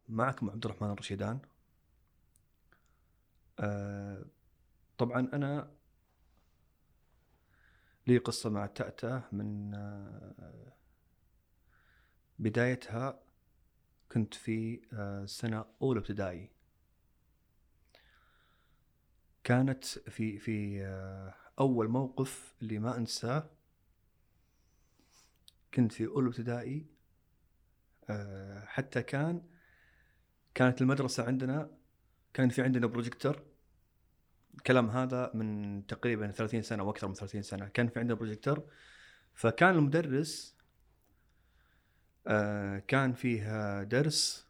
معكم عبد الرحمن الرشيدان. طبعا أنا لي قصة مع تأتأة من بدايتها. كنت في سنة أولى ابتدائي. كانت في أول موقف اللي ما أنساه. كنت في أولى ابتدائي. حتى كانت المدرسة عندنا كان في عندنا بروجيكتور. الكلام هذا من تقريبا 30 سنة وأكثر من 30 سنة. كان في عندنا بروجيكتور، فكان المدرس كان فيه درس.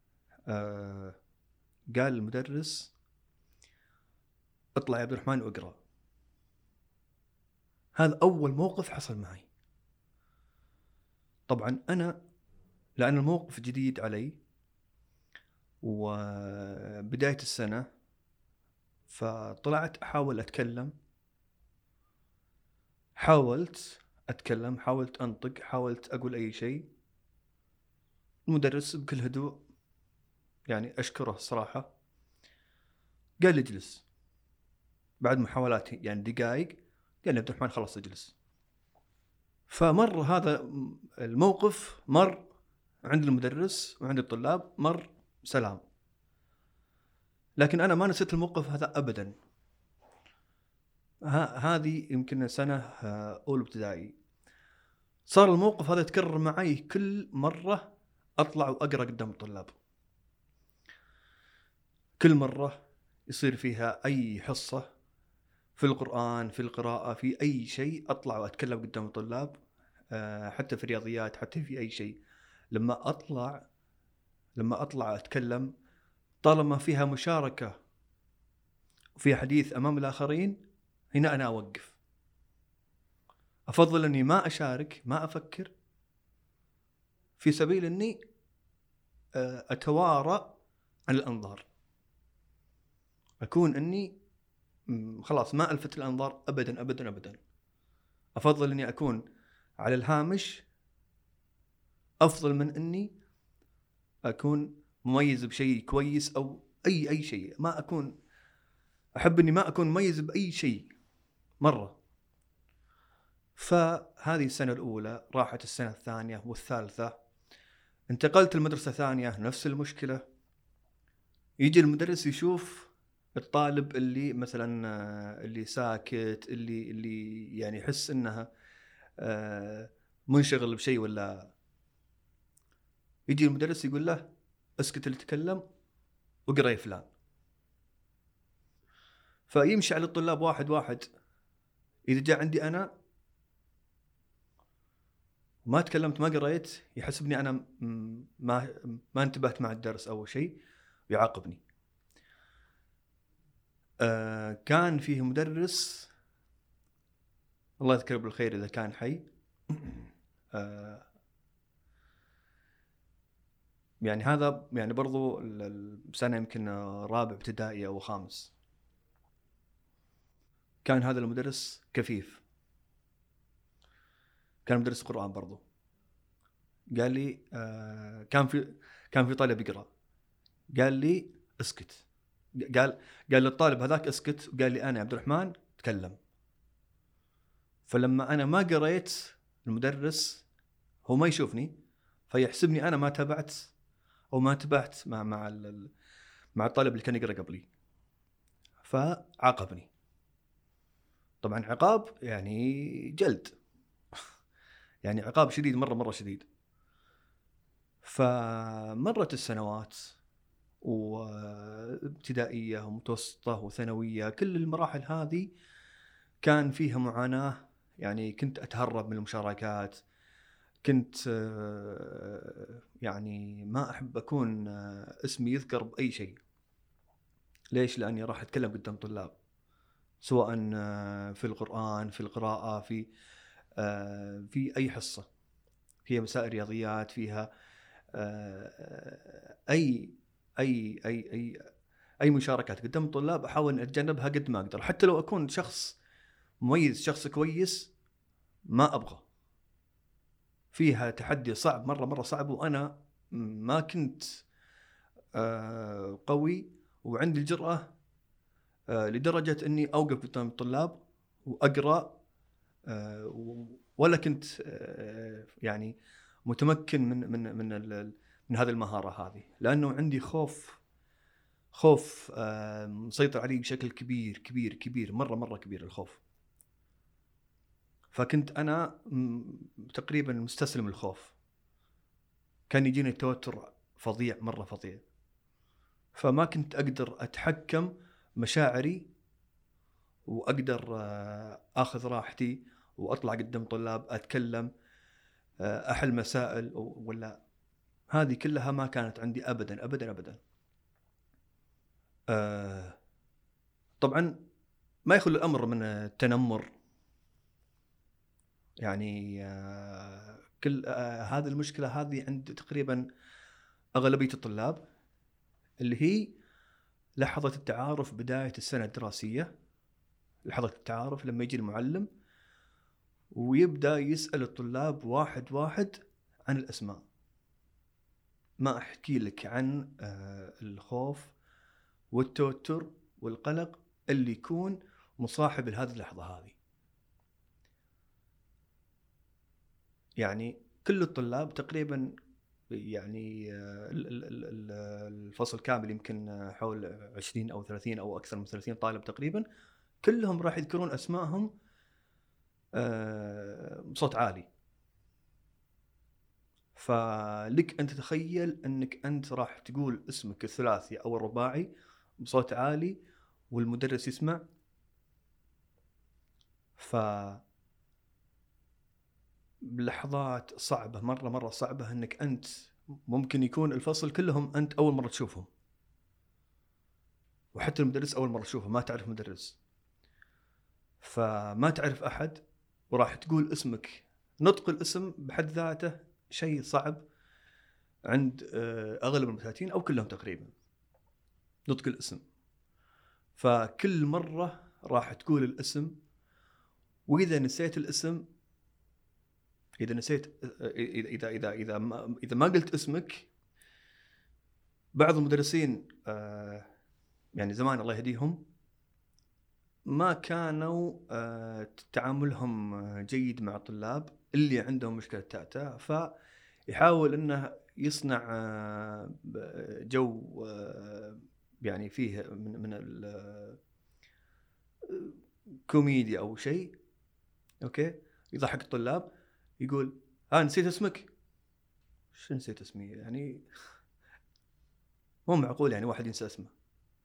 قال المدرس: اطلع يا عبد الرحمن واقرأ. هذا أول موقف حصل معي. طبعا أنا لأن الموقف جديد علي وبداية السنة، فطلعت أحاول أتكلم. حاولت أنطق، حاولت أقول أي شيء. المدرس بكل هدوء، يعني أشكره الصراحة، قال لي اجلس. بعد محاولات يعني دقائق قال لي: عبد الرحمن خلاص اجلس. فمر هذا الموقف، مر عند المدرس وعند الطلاب، مر سلام. لكن أنا ما نسيت الموقف هذا أبدا. هذه يمكن سنة أولى ابتدائي. صار الموقف هذا يتكرر معي كل مرة أطلع وأقرأ قدام الطلاب. كل مرة يصير فيها أي حصة في القرآن، في القراءة، في أي شيء، أطلع وأتكلم قدام الطلاب. حتى في الرياضيات، حتى في أي شيء. لما أطلع أتكلم، طالما فيها مشاركة وفي حديث أمام الآخرين، هنا أنا أوقف. أفضل أني ما أشارك، ما أفكر، في سبيل أني أتوارى عن الأنظار. أكون أني خلاص ما ألفت الأنظار أبدا أبدا أبدا. أفضل أني أكون على الهامش أفضل من أني أكون مميز بشيء كويس أو أي شيء. أحب أني ما أكون مميز بأي شيء مرة. فهذه السنة الأولى راحت، السنة الثانية والثالثة. انتقلت المدرسة ثانية، نفس المشكلة. يجي المدرس يشوف الطالب اللي مثلا اللي ساكت، اللي يعني يحس انها منشغل بشيء، ولا يجي المدرس يقول له: اسكت اللي تكلم واقرأ يا فلان. فيمشي على الطلاب واحد واحد. إذا جاء عندي أنا ما تكلمت ما قرأت، يحسبني أنا ما انتبهت مع الدرس أو شيء، ويعاقبني. كان فيه مدرس الله يذكره بالخير إذا كان حي. يعني هذا يعني برضو السنة يمكن رابع ابتدائي أو خامس. كان هذا المدرس كفيف، كان مدرس قرآن برضو. قال لي كان في طالب يقرأ، قال لي اسكت. قال للطالب هذاك اسكت، وقال لي: أنا عبد الرحمن تكلم. فلما أنا ما قرأت، المدرس هو ما يشوفني، فيحسبني أنا ما تابعت أو ما انتبهت مع الطالب اللي كان يقرأ قبلي، فعاقبني. طبعا عقاب يعني جلد، يعني عقاب شديد، مرة شديد. فمرت السنوات، وابتدائية ومتوسطة وثانوية، كل المراحل هذه كان فيها معاناة. يعني كنت أتهرب من المشاركات، كنت يعني ما أحب أكون اسمي يذكر بأي شيء. ليش؟ لأني راح أتكلم قدام طلاب، سواء في القرآن، في القراءة، في أي حصة فيها مسائل رياضيات، فيها أي أي أي أي أي مشاركات قدام الطلاب، أحاول أتجنبها قد ما أقدر. حتى لو أكون شخص مميز، شخص كويس، ما أبغى. فيها تحدي صعب، مرة صعب، وأنا ما كنت قوي وعندي الجرأة لدرجة اني اوقف قدام الطلاب واقرأ، ولا كنت يعني متمكن من هذه المهارة هذه، لانه عندي خوف مسيطر علي بشكل كبير مرة كبير الخوف. فكنت انا تقريبا مستسلم للخوف، كان يجيني التوتر فظيع مرة فظيع، فما كنت اقدر اتحكم مشاعري واقدر اخذ راحتي واطلع قدام طلاب اتكلم احل مسائل ولا هذه كلها ما كانت عندي ابدا. طبعا ما يخلو الامر من التنمر، يعني كل هذه المشكله هذه عند تقريبا اغلبيه الطلاب، اللي هي لحظه التعارف بدايه السنه الدراسيه. لحظه التعارف لما يجي المعلم ويبدا يسال الطلاب واحد عن الاسماء. ما احكي لك عن الخوف والتوتر والقلق اللي يكون مصاحب لهذه اللحظه هذه. يعني كل الطلاب تقريبا، يعني الفصل كامل يمكن حول 20 أو 30 أو أكثر من 30 طالب تقريبا، كلهم راح يذكرون أسمائهم بصوت عالي. فلك أن تتخيل أنك أنت راح تقول اسمك الثلاثي أو الرباعي بصوت عالي والمدرس يسمع. بلحظات صعبة مرة صعبة، أنك أنت ممكن يكون الفصل كلهم أنت أول مرة تشوفهم، وحتى المدرس أول مرة تشوفه، ما تعرف مدرس، فما تعرف أحد، وراح تقول اسمك. نطق الاسم بحد ذاته شيء صعب عند أغلب المتفاتين أو كلهم تقريبا، نطق الاسم. فكل مرة راح تقول الاسم، وإذا نسيت الاسم، إذا نسيت إذا ما قلت اسمك، بعض المدرسين يعني زمان الله يهديهم ما كانوا تعاملهم جيد مع الطلاب اللي عندهم مشكلة تأتأة، فيحاول إنه يصنع جو يعني فيه من الكوميديا أو شيء، أوكي، يضحك الطلاب، يقول نسيت اسمك. شو نسيت اسمي يعني؟ مو معقول يعني واحد ينسى اسمه.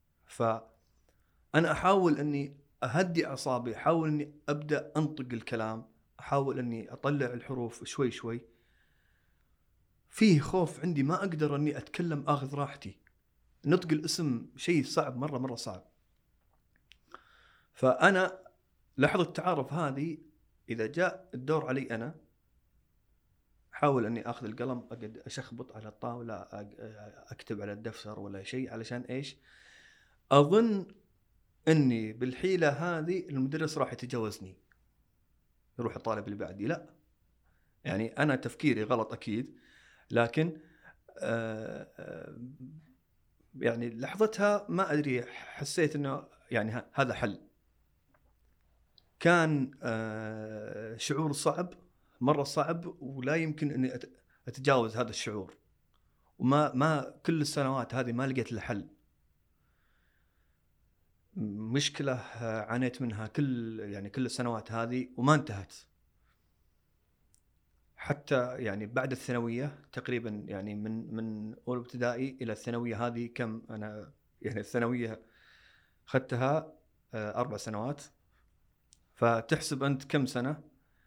فأنا أحاول أني أهدي أعصابي، أحاول أني أبدأ أنطق الكلام، أحاول أني أطلع الحروف شوي. فيه خوف عندي، ما أقدر أني أتكلم أخذ راحتي. نطق الاسم شيء صعب مرة صعب. فأنا لحظة التعارف هذه إذا جاء الدور علي أنا، أحاول أني أخذ القلم أقعد أشخبط على الطاولة، أكتب على الدفتر ولا شيء، علشان إيش؟ أظن أني بالحيلة هذه المدرس راح يتجاوزني، يروح الطالب اللي بعدي. لا، يعني أنا تفكيري غلط أكيد، لكن يعني لحظتها ما أدري، حسيت أنه يعني هذا حل. كان شعور صعب مرة صعب، ولا يمكن أني أتجاوز هذا الشعور، وما كل السنوات هذه ما لقيت له حل. مشكلة عانيت منها كل السنوات هذه وما انتهت. حتى يعني بعد الثانوية تقريبا، يعني من أول ابتدائي إلى الثانوية هذه كم أنا، يعني الثانوية خدتها 4 سنوات، فتحسب أنت كم سنة،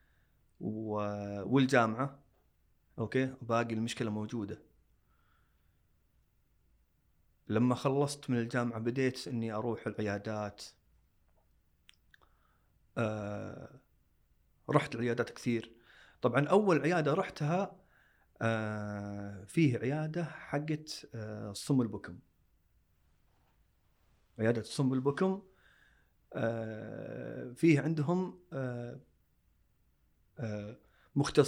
والجامعة أوكي باقي المشكلة موجودة. لما خلصت من الجامعة بديت أني أروح العيادات، رحت العيادات كثير. طبعا أول عيادة رحتها فيه عيادة حقت الصم البكم، عيادة الصم البكم. فيه عندهم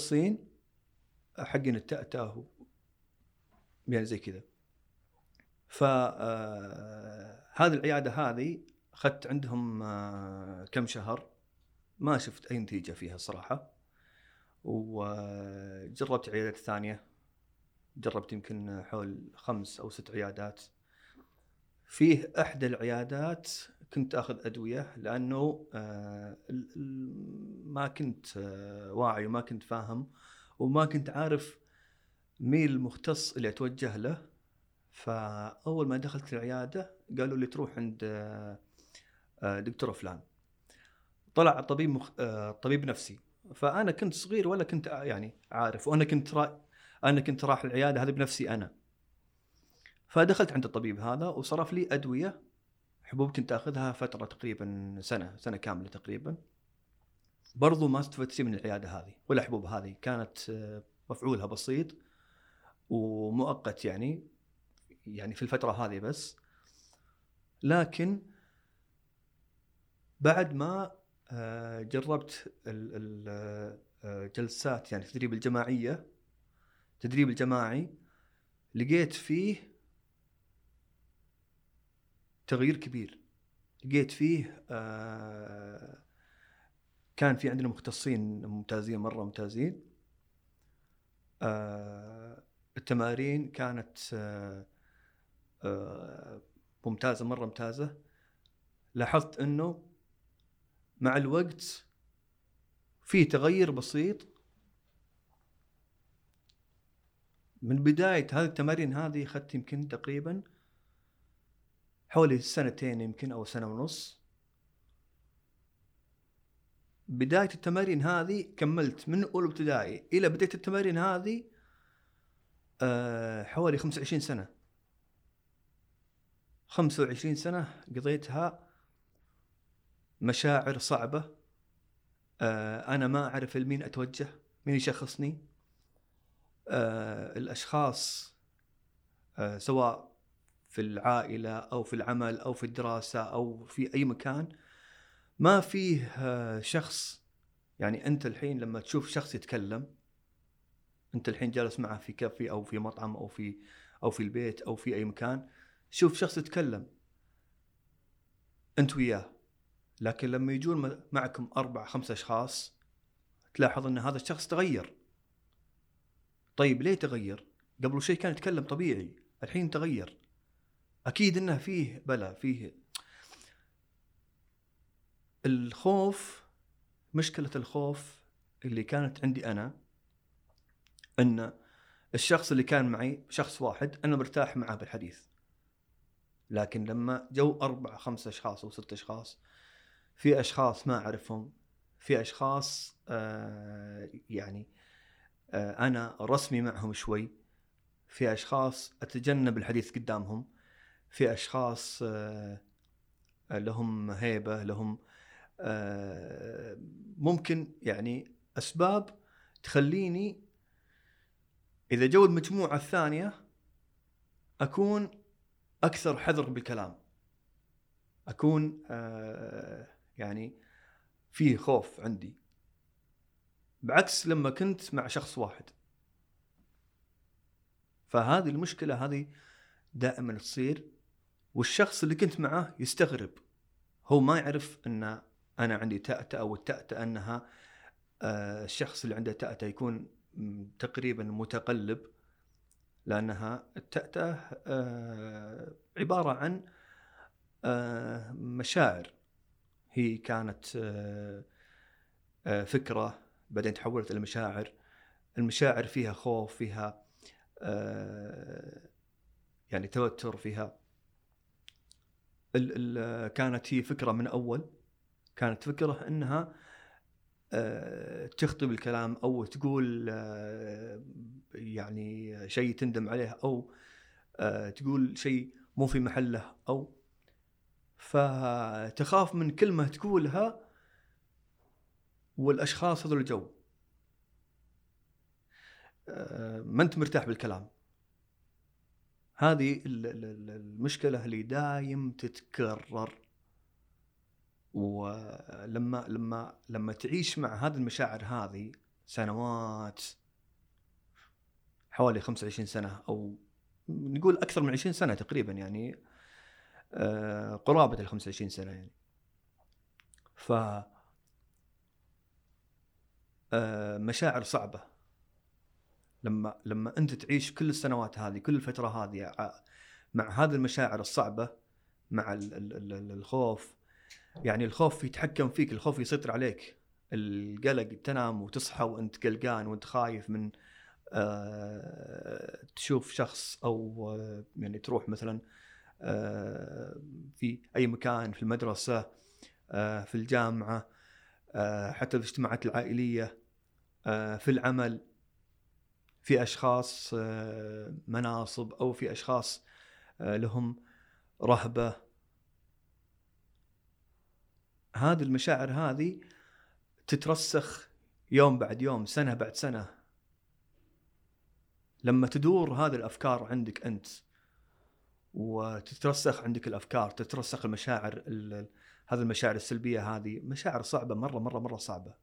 مختصين حقين التأتأة يعني زي كذا. هذه العيادة هذه أخذت عندهم كم شهر، ما شفت أي نتيجة فيها الصراحة. وجربت عيادات ثانية، جربت يمكن حول 5 أو 6 عيادات. فيه أحد العيادات كنت أخذ أدوية لأنه ما كنت واعي وما كنت فاهم وما كنت عارف مين المختص اللي أتوجه له. فأول ما دخلت العيادة قالوا لي تروح عند دكتور فلان. طلع طبيب نفسي. فأنا كنت صغير ولا كنت يعني عارف، وأنا كنت راح العيادة هذه بنفسي أنا. فدخلت عند الطبيب هذا وصرف لي أدوية حبوب كنت أخذها فترة تقريبا سنة كاملة تقريبا. برضو ما استفدت شيء من العيادة هذه ولا حبوب هذه، كانت مفعولها بسيط ومؤقت يعني في الفترة هذه بس. لكن بعد ما جربت الجلسات يعني التدريب الجماعي، لقيت فيه تغيير كبير. لقيت فيه كان في عندنا مختصين ممتازين، مرة ممتازين. التمارين كانت ممتازة، مرة ممتازة. لاحظت أنه مع الوقت في تغير بسيط. من بداية هذه التمارين هذه أخذت يمكن تقريبا حوالي 2 يمكن أو 1.5 سنة. بداية التمارين هذه كملت من أول ابتدائي إلى بداية التمارين هذه حوالي 25 سنة. 25 سنة قضيتها مشاعر صعبة. أنا ما أعرف لمين أتوجه، مين يشخصني. الأشخاص سواء في العائلة أو في العمل أو في الدراسة أو في أي مكان، ما فيه شخص. يعني أنت الحين لما تشوف شخص يتكلم، أنت الحين جالس معه في كافي أو في مطعم أو في البيت أو في أي مكان، شوف شخص يتكلم أنت وياه. لكن لما يجون معكم 4-5 أشخاص تلاحظ أن هذا الشخص تغير. طيب ليه تغير؟ قبل شيء كان يتكلم طبيعي، الحين تغير. أكيد أنه فيه فيه الخوف. مشكلة الخوف اللي كانت عندي أنا أن الشخص اللي كان معي شخص واحد أنا مرتاح معه بالحديث، لكن لما جو 4-5 أشخاص أو 6 أشخاص، في أشخاص ما أعرفهم، في أشخاص أنا رسمي معهم شوي، في أشخاص أتجنب الحديث قدامهم، في أشخاص لهم هيبة، لهم ممكن يعني أسباب تخليني إذا جو المجموعة الثانية أكون أكثر حذر بالكلام، أكون يعني فيه خوف عندي، بعكس لما كنت مع شخص واحد. فهذه المشكلة هذه دائما تصير، والشخص اللي كنت معه يستغرب، هو ما يعرف أن أنا عندي تأتأة، والتأتأة أنها الشخص اللي عنده تأتأة يكون تقريبا متقلب، لأنها التأتأة عبارة عن مشاعر. هي كانت فكرة بعدين تحولت إلى مشاعر. المشاعر فيها خوف، فيها يعني توتر، فيها كانت هي فكرة من أول، كانت فكرة أنها تخطب الكلام أو تقول يعني شيء تندم عليه، أو تقول شيء مو في محله، أو فتخاف من كلمة تقولها والأشخاص هذول الجو ما أنت مرتاح بالكلام. هذه المشكلة اللي دايم تتكرر. ولما تعيش مع هذه المشاعر هذه سنوات، حوالي 25 سنة أو نقول أكثر من 20 سنة تقريبا، يعني قرابة 25 سنة يعني. ف مشاعر صعبة لما أنت تعيش كل السنوات هذه، كل الفترة هذه مع هذه المشاعر الصعبة، مع الخوف. يعني الخوف يتحكم فيك، الخوف يسيطر عليك، القلق، تنام وتصحى وانت قلقان وانت خايف من تشوف شخص، او يعني تروح مثلا في اي مكان، في المدرسة، في الجامعة، حتى الاجتماعات العائلية، في العمل، في اشخاص مناصب، او في اشخاص لهم رهبة. هذه المشاعر هذه تترسخ يوم بعد يوم، سنة بعد سنة. لما تدور هذه الأفكار عندك أنت وتترسخ عندك الأفكار، تترسخ المشاعر، هذه المشاعر السلبية، هذه مشاعر صعبة، مرة مرة مرة صعبة.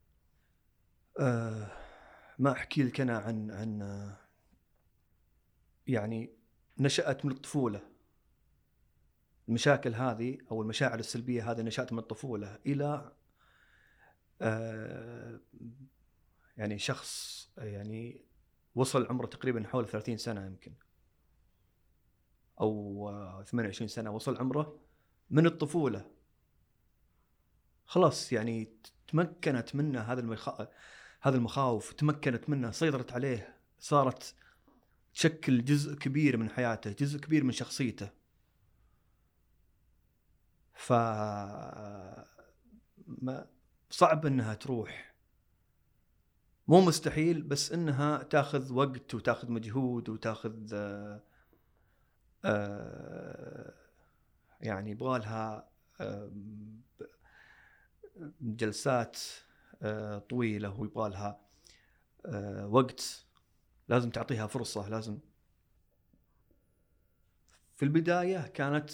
ما أحكي لك أنا عن يعني نشأت من الطفولة. المشاكل هذه أو المشاعر السلبية هذه نشأت من الطفولة إلى يعني شخص يعني وصل عمره تقريبا حول 30 سنة يمكن، أو 28 سنة، وصل عمره من الطفولة. خلاص يعني تمكنت منه هذا المخاوف، تمكنت منه، سيطرت عليه، صارت تشكل جزء كبير من حياته، جزء كبير من شخصيته. صعب انها تروح، مو مستحيل، بس انها تاخذ وقت وتاخذ مجهود وتاخذ يعني يبغالها جلسات طويلة، ويبغالها وقت، لازم تعطيها فرصة. لازم في البداية كانت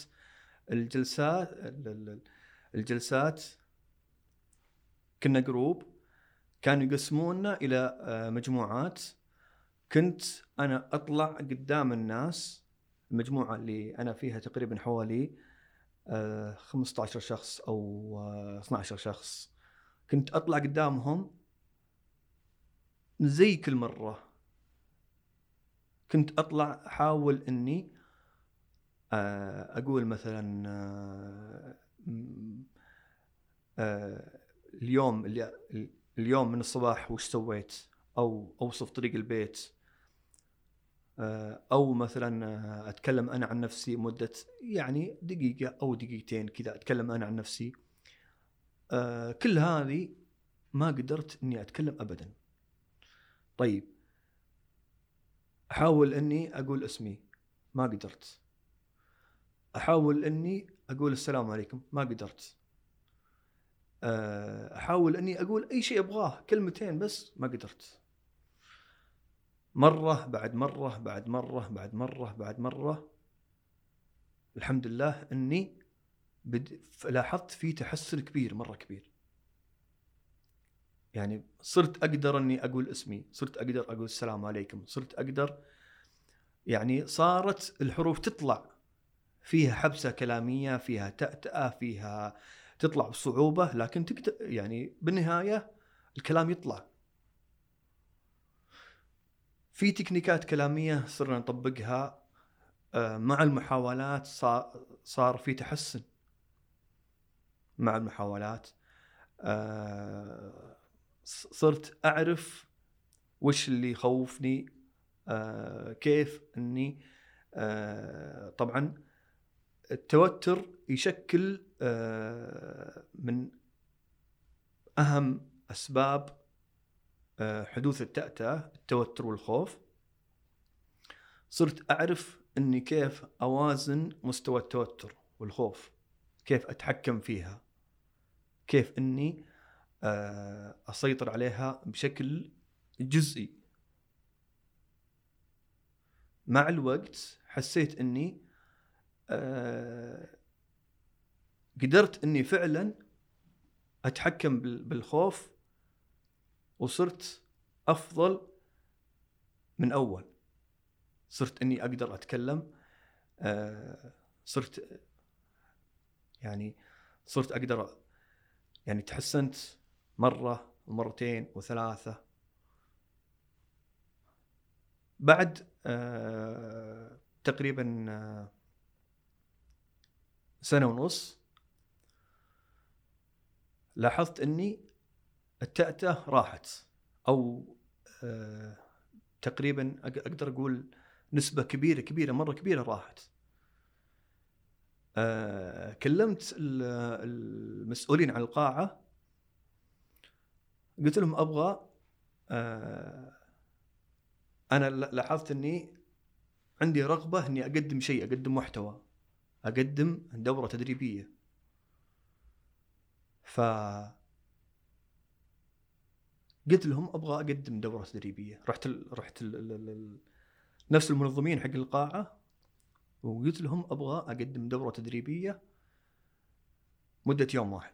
الجلسات كنا جروب، كانوا يقسموننا إلى مجموعات. كنت أنا أطلع قدام الناس، المجموعة اللي أنا فيها تقريبا حوالي 15 شخص أو 12 شخص. كنت أطلع قدامهم زي كل مرة. كنت أطلع أحاول أني أقول مثلا اليوم من الصباح وش سويت، أو أوصف طريق البيت، أو مثلا أتكلم أنا عن نفسي مدة يعني دقيقة أو دقيقتين كذا، أتكلم أنا عن نفسي. كل هذه ما قدرت أني أتكلم أبدا. طيب أحاول أني أقول اسمي، ما قدرت. أحاول أني أقول السلام عليكم، ما قدرت. أحاول أني أقول أي شيء أبغاه، كلمتين بس، ما قدرت. مرة بعد مرة بعد مرة بعد مرة بعد مرة، الحمد لله أني لاحظت في تحسن كبير، مرة كبير. يعني صرت أقدر أني أقول اسمي، صرت أقدر أقول السلام عليكم، صرت أقدر، يعني صارت الحروف تطلع، فيها حبسة كلامية، فيها تأتأة، فيها تطلع بصعوبة، لكن يعني بالنهاية الكلام يطلع. في تكنيكات كلامية صرنا نطبقها مع المحاولات، صار في تحسن مع المحاولات. صرت أعرف وش اللي يخوفني، كيف أني طبعا التوتر يشكل من أهم أسباب حدوث التأتأة، التوتر والخوف. صرت أعرف أني كيف أوازن مستوى التوتر والخوف، كيف أتحكم فيها، كيف أني أسيطر عليها بشكل جزئي. مع الوقت حسيت أني قدرت أني فعلا أتحكم بالخوف، وصرت أفضل من أول. صرت اني اقدر اتكلم، صرت اقدر يعني تحسنت مرة ومرتين وثلاثة. بعد تقريبا 1.5 سنة لاحظت اني التأتأة راحت، او تقريبا اقدر اقول نسبة كبيرة مرة كبيرة راحت. كلمت المسؤولين عن القاعة، قلت لهم ابغى انا لاحظت اني عندي رغبة اني اقدم شيء، اقدم محتوى، اقدم دورة تدريبية. قلت لهم ابغى اقدم دورة تدريبية. رحت نفس المنظمين حق القاعة وقلت لهم ابغى اقدم دورة تدريبية مدة يوم واحد.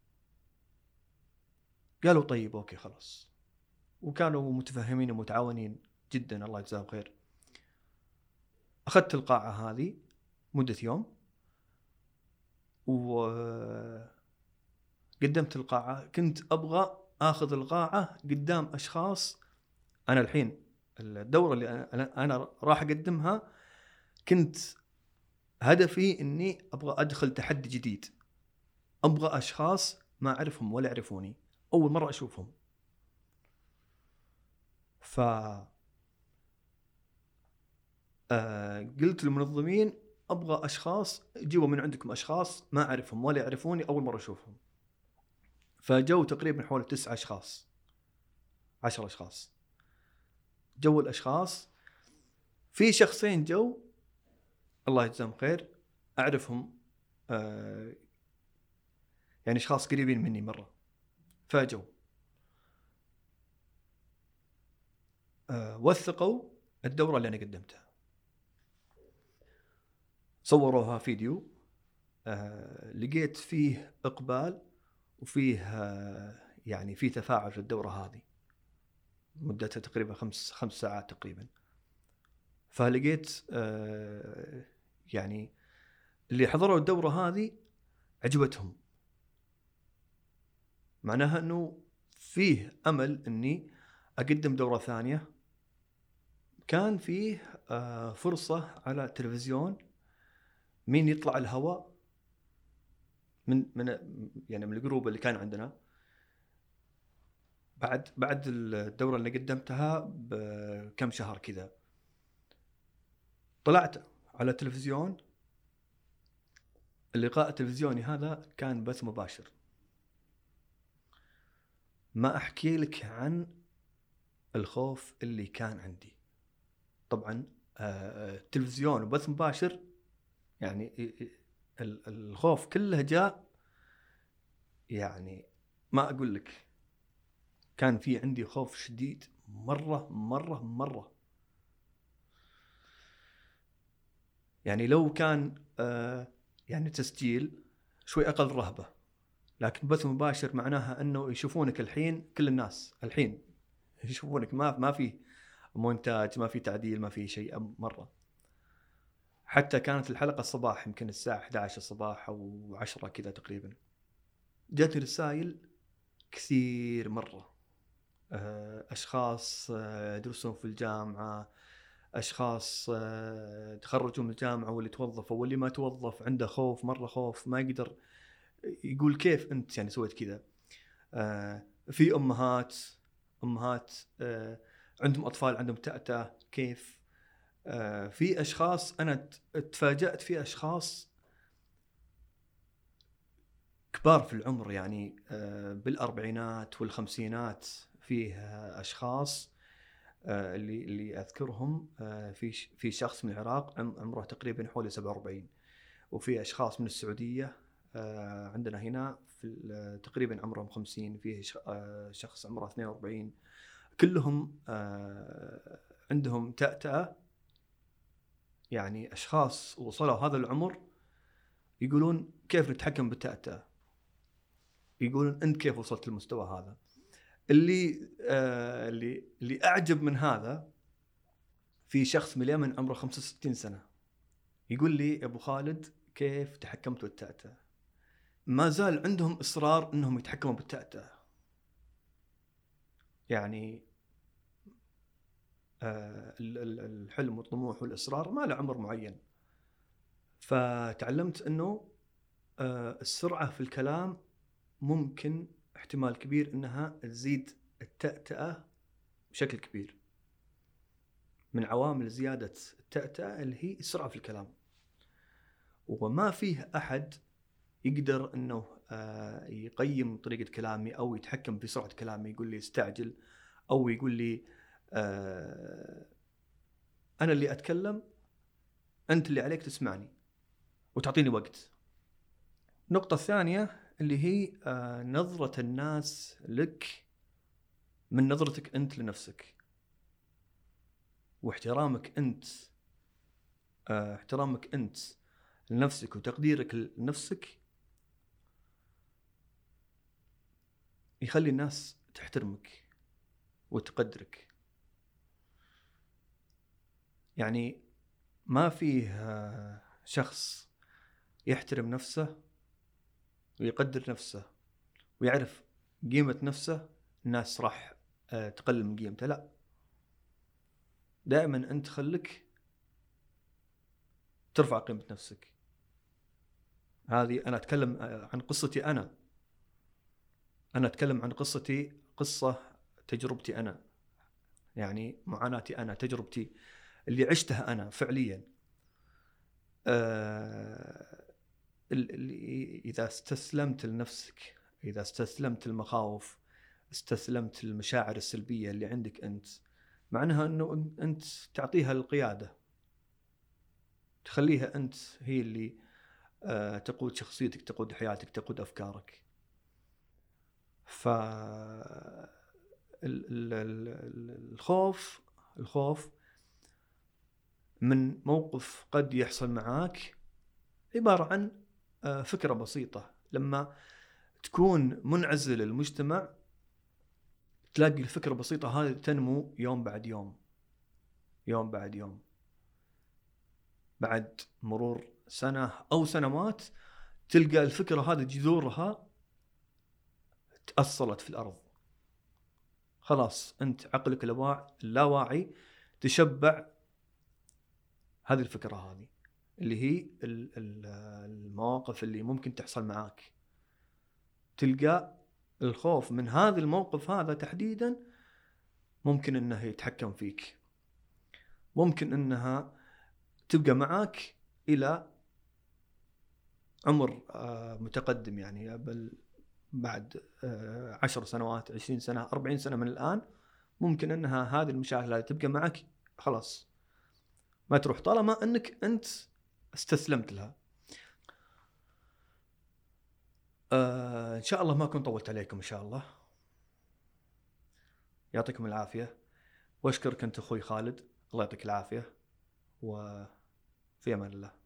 قالوا طيب اوكي خلاص، وكانوا متفهمين ومتعاونين جدا، الله يجزاهم خير. اخذت القاعة هذه مدة يوم وقدمت القاعة. كنت ابغى اخذ القاعة قدام اشخاص. انا الحين الدورة اللي انا راح اقدمها كنت هدفي اني ابغى ادخل تحدي جديد، ابغى اشخاص ما اعرفهم ولا يعرفوني، اول مرة اشوفهم. قلت للمنظمين ابغى اشخاص، جيبوا من عندكم اشخاص ما اعرفهم ولا يعرفوني، اول مرة اشوفهم. فجو تقريبا حوالي 9 أشخاص 10 أشخاص. جو الاشخاص في شخصين جو الله يجزاهم خير اعرفهم، يعني اشخاص قريبين مني مرة. فجو وثقوا الدورة اللي انا قدمتها، صوروها فيديو. لقيت فيه اقبال وفيه يعني في تفاعل في الدورة هذه، مدتها تقريبا 5 ساعات تقريبا. فلقيت يعني اللي حضروا الدورة هذه عجبتهم، معناها انه فيه امل اني اقدم دورة ثانية. كان فيه فرصة على التلفزيون مين يطلع الهواء من يعني من الجروب اللي كان عندنا. بعد الدورة اللي قدمتها بكم شهر كذا طلعت على التلفزيون. اللقاء التلفزيوني هذا كان بث مباشر. ما أحكي لك عن الخوف اللي كان عندي. طبعا التلفزيون وبث مباشر، يعني الخوف كله جاء، يعني ما أقول لك، كان في عندي خوف شديد مرة. يعني لو كان يعني تسجيل شوي أقل رهبة، لكن بث مباشر معناها أنه يشوفونك الحين، كل الناس الحين يشوفونك، ما في مونتاج، ما في تعديل، ما في شيء مرة. حتى كانت الحلقة الصباح يمكن الساعة 11 الصباح أو 10 كذا تقريبا. جاتني رسائل كثير مرة، أشخاص يدرسون في الجامعة، أشخاص تخرجوا من الجامعة واللي توظف واللي ما توظف عنده خوف، مرة خوف ما يقدر يقول كيف أنت يعني سويت كذا. في أمهات عندهم أطفال عندهم تأتأة، كيف. في أشخاص أنا تفاجأت في أشخاص كبار في العمر، يعني بالأربعينات والخمسينات. فيه أشخاص اللي أذكرهم، في شخص من العراق عمره تقريبا حوالي 47، وفي أشخاص من السعودية عندنا هنا في تقريبا عمرهم 50، فيه شخص عمره 42. كلهم عندهم تأتأة. يعني أشخاص وصلوا هذا العمر يقولون كيف نتحكم بالتأتأة، يقولون أنت كيف وصلت للمستوى هذا. اللي أعجب من هذا، في شخص من اليمن عمره 65 سنة يقول لي يا أبو خالد كيف تحكمت بالتأتأة؟ ما زال عندهم إصرار أنهم يتحكموا بالتأتأة. يعني الحلم والطموح والإصرار ما له عمر معين. فتعلمت أنه السرعة في الكلام ممكن احتمال كبير أنها تزيد التأتأة بشكل كبير. من عوامل زيادة التأتأة اللي هي السرعة في الكلام، وما فيه أحد يقدر أنه يقيم طريقة كلامي أو يتحكم في سرعة كلامي، يقول لي استعجل أو يقول لي أنا اللي أتكلم، أنت اللي عليك تسمعني وتعطيني وقت. النقطة الثانية اللي هي نظرة الناس لك من نظرتك أنت لنفسك، واحترامك أنت احترامك أنت لنفسك وتقديرك لنفسك يخلي الناس تحترمك وتقدرك. يعني ما فيه شخص يحترم نفسه ويقدر نفسه ويعرف قيمة نفسه الناس راح تقلل من قيمته. لا، دائما أنت خلك ترفع قيمة نفسك. هذه أنا أتكلم عن قصتي أنا أتكلم عن قصتي، قصة تجربتي أنا، يعني معاناتي أنا، تجربتي اللي عشتها أنا فعليا. إذا استسلمت لنفسك، إذا استسلمت المخاوف، استسلمت المشاعر السلبية اللي عندك أنت، معناها أنه أنت تعطيها القيادة، تخليها أنت هي اللي تقود شخصيتك، تقود حياتك، تقود أفكارك. الخوف من موقف قد يحصل معاك عبارة عن فكرة بسيطة. لما تكون منعزل المجتمع تلاقي الفكرة البسيطة هذه تنمو يوم بعد يوم، يوم بعد يوم. بعد مرور سنة أو سنوات تلقى الفكرة هذه جذورها تأصلت في الأرض. خلاص أنت عقلك اللاواعي تشبع هذه الفكرة هذه اللي هي المواقف اللي ممكن تحصل معاك. تلقى الخوف من هذا الموقف هذا تحديدا ممكن أنه يتحكم فيك، ممكن أنها تبقى معك إلى عمر متقدم. يعني بعد 10 سنوات، 20 سنة، 40 سنة من الآن ممكن أنها هذه المشاكل تبقى معك خلاص ما تروح، طالما أنك أنت استسلمت لها. إن شاء الله ما كنت طولت عليكم، إن شاء الله يعطيكم العافية، وأشكرك أنت أخوي خالد، الله يعطيك العافية، وفي أمان الله.